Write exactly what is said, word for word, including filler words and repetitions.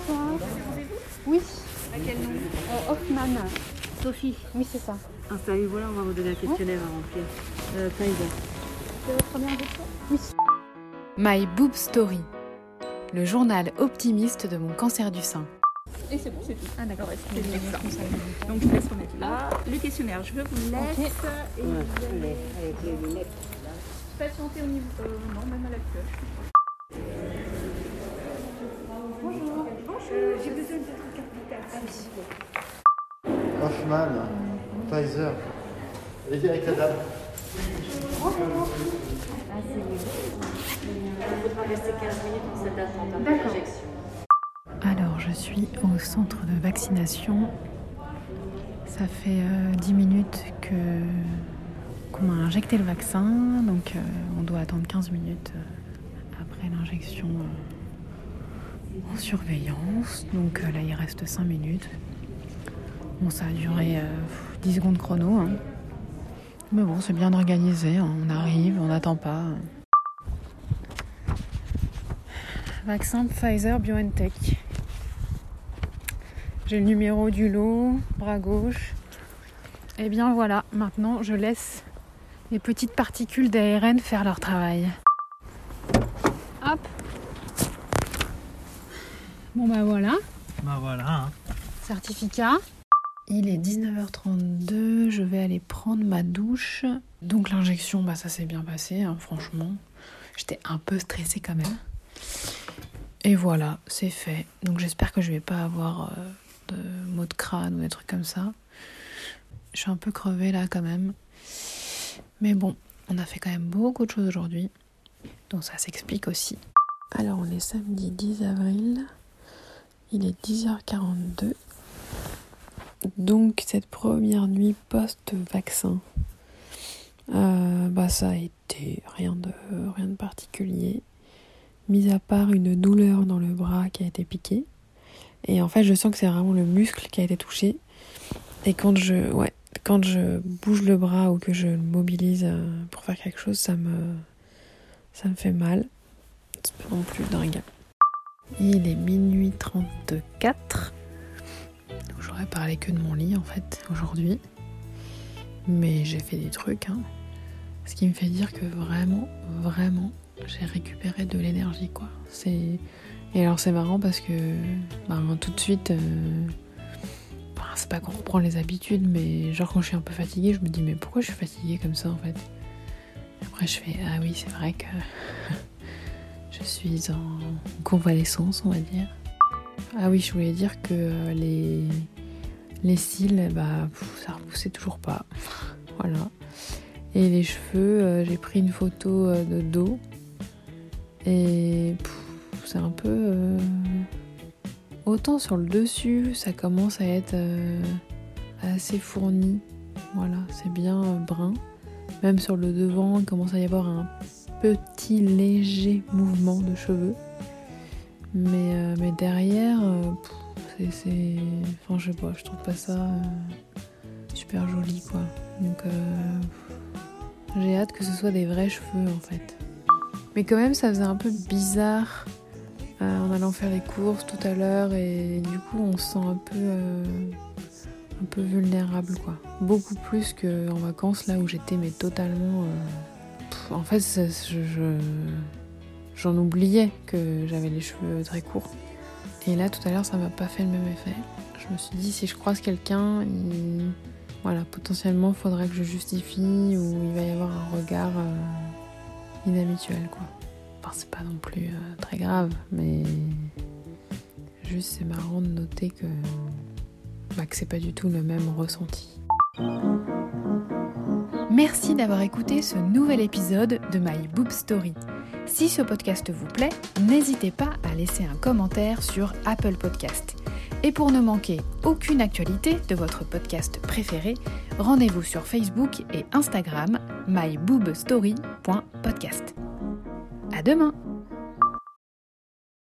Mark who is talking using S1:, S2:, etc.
S1: Bonsoir. Oui.
S2: À quel nom?
S1: euh, Hoffman.
S2: Sophie.
S1: Oui, c'est ça.
S2: Installez-vous là, on va vous donner un questionnaire à remplir. Euh, Pfizer.
S1: C'est votre première injection? Oui.
S3: My Boob Story, le journal optimiste de mon cancer du sein.
S2: Et c'est bon, c'est tout.
S1: Ah d'accord.
S2: C'est bien ça. Donc je vous laisse remettre là. Le questionnaire, je vous laisse.
S1: Ok.
S2: Et vous allez
S4: Avec les lunettes.
S2: patienter au niveau. Euh, non, même à la pioche. Bonjour. Bonjour. J'ai besoin de votre carte vitale.
S5: Hoffman, Pfizer. Allez-y avec la dame.
S4: Ah, c'est Il faudra rester quinze minutes en cette attente avant
S1: D'accord.
S4: l'injection.
S3: Alors, je suis au centre de vaccination. Ça fait euh, dix minutes que, qu'on m'a injecté le vaccin, donc euh, on doit attendre quinze minutes euh, après l'injection euh, en surveillance. Donc euh, là, il reste cinq minutes. Bon, ça a duré euh, dix secondes chrono. Hein. Mais bon, c'est bien organisé. Hein. On arrive, on n'attend pas. Vaccin Pfizer BioNTech. J'ai le numéro du lot, bras gauche. Et bien voilà, maintenant je laisse les petites particules d'A R N faire leur travail. Hop. Bon bah voilà,
S5: Bah voilà. Hein.
S3: certificat. Il est dix-neuf heures trente-deux, je vais aller prendre ma douche. Donc l'injection, bah ça s'est bien passé, hein, franchement. J'étais un peu stressée quand même. Et voilà, c'est fait. Donc j'espère que je vais pas avoir euh, de maux de crâne ou des trucs comme ça. Je suis un peu crevée là quand même. Mais bon, on a fait quand même beaucoup de choses aujourd'hui. Donc ça s'explique aussi. Alors on est samedi dix avril. Il est dix heures quarante-deux. Donc cette première nuit post-vaccin, euh, bah ça a été rien de, rien de particulier. Mis à part une douleur dans le bras qui a été piqué. Et en fait, je sens que c'est vraiment le muscle qui a été touché. Et quand je, ouais, quand je bouge le bras ou que je le mobilise pour faire quelque chose, ça me, ça me fait mal. C'est pas non plus dingue. Il est minuit trente-quatre. Donc j'aurais parlé que de mon lit en fait aujourd'hui. Mais j'ai fait des trucs. Hein. Ce qui me fait dire que vraiment, vraiment, j'ai récupéré de l'énergie quoi. C'est... Et alors c'est marrant parce que ben, tout de suite, euh... ben, c'est pas qu'on reprend les habitudes, mais genre quand je suis un peu fatiguée, je me dis mais pourquoi je suis fatiguée comme ça en fait. Et après je fais ah oui c'est vrai que je suis en convalescence on va dire. Ah oui je voulais dire que euh, les les cils bah pff, ça repoussait toujours pas. Voilà. Et les cheveux, euh, j'ai pris une photo euh, de dos. Et pff, c'est un peu... Euh... Autant sur le dessus, ça commence à être euh, assez fourni. Voilà, c'est bien euh, brun. Même sur le devant, il commence à y avoir un petit léger mouvement de cheveux. Mais, euh, mais derrière, euh, pff, c'est, c'est... Enfin, je sais pas, je trouve pas ça euh, super joli, quoi. Donc, euh, j'ai hâte que ce soit des vrais cheveux, en fait. Mais quand même, ça faisait un peu bizarre euh, en allant faire les courses tout à l'heure et du coup, on se sent un peu, euh, un peu vulnérable, quoi. Beaucoup plus qu'en vacances, là où j'étais mais totalement... Euh... Pff, en fait, ça, je, je... j'en oubliais que j'avais les cheveux très courts. Et là, tout à l'heure, ça m'a pas fait le même effet. Je me suis dit, si je croise quelqu'un, il... voilà, potentiellement, il faudrait que je justifie ou il va y avoir un regard... Euh... inhabituel quoi. Enfin c'est pas non plus euh, très grave mais juste c'est marrant de noter que bah, que c'est pas du tout le même ressenti. Merci d'avoir écouté ce nouvel épisode de My Boob Story. Si ce podcast vous plaît, n'hésitez pas à laisser un commentaire sur Apple Podcast. Et pour ne manquer aucune actualité de votre podcast préféré, rendez-vous sur Facebook et Instagram my boob story point podcast. À demain!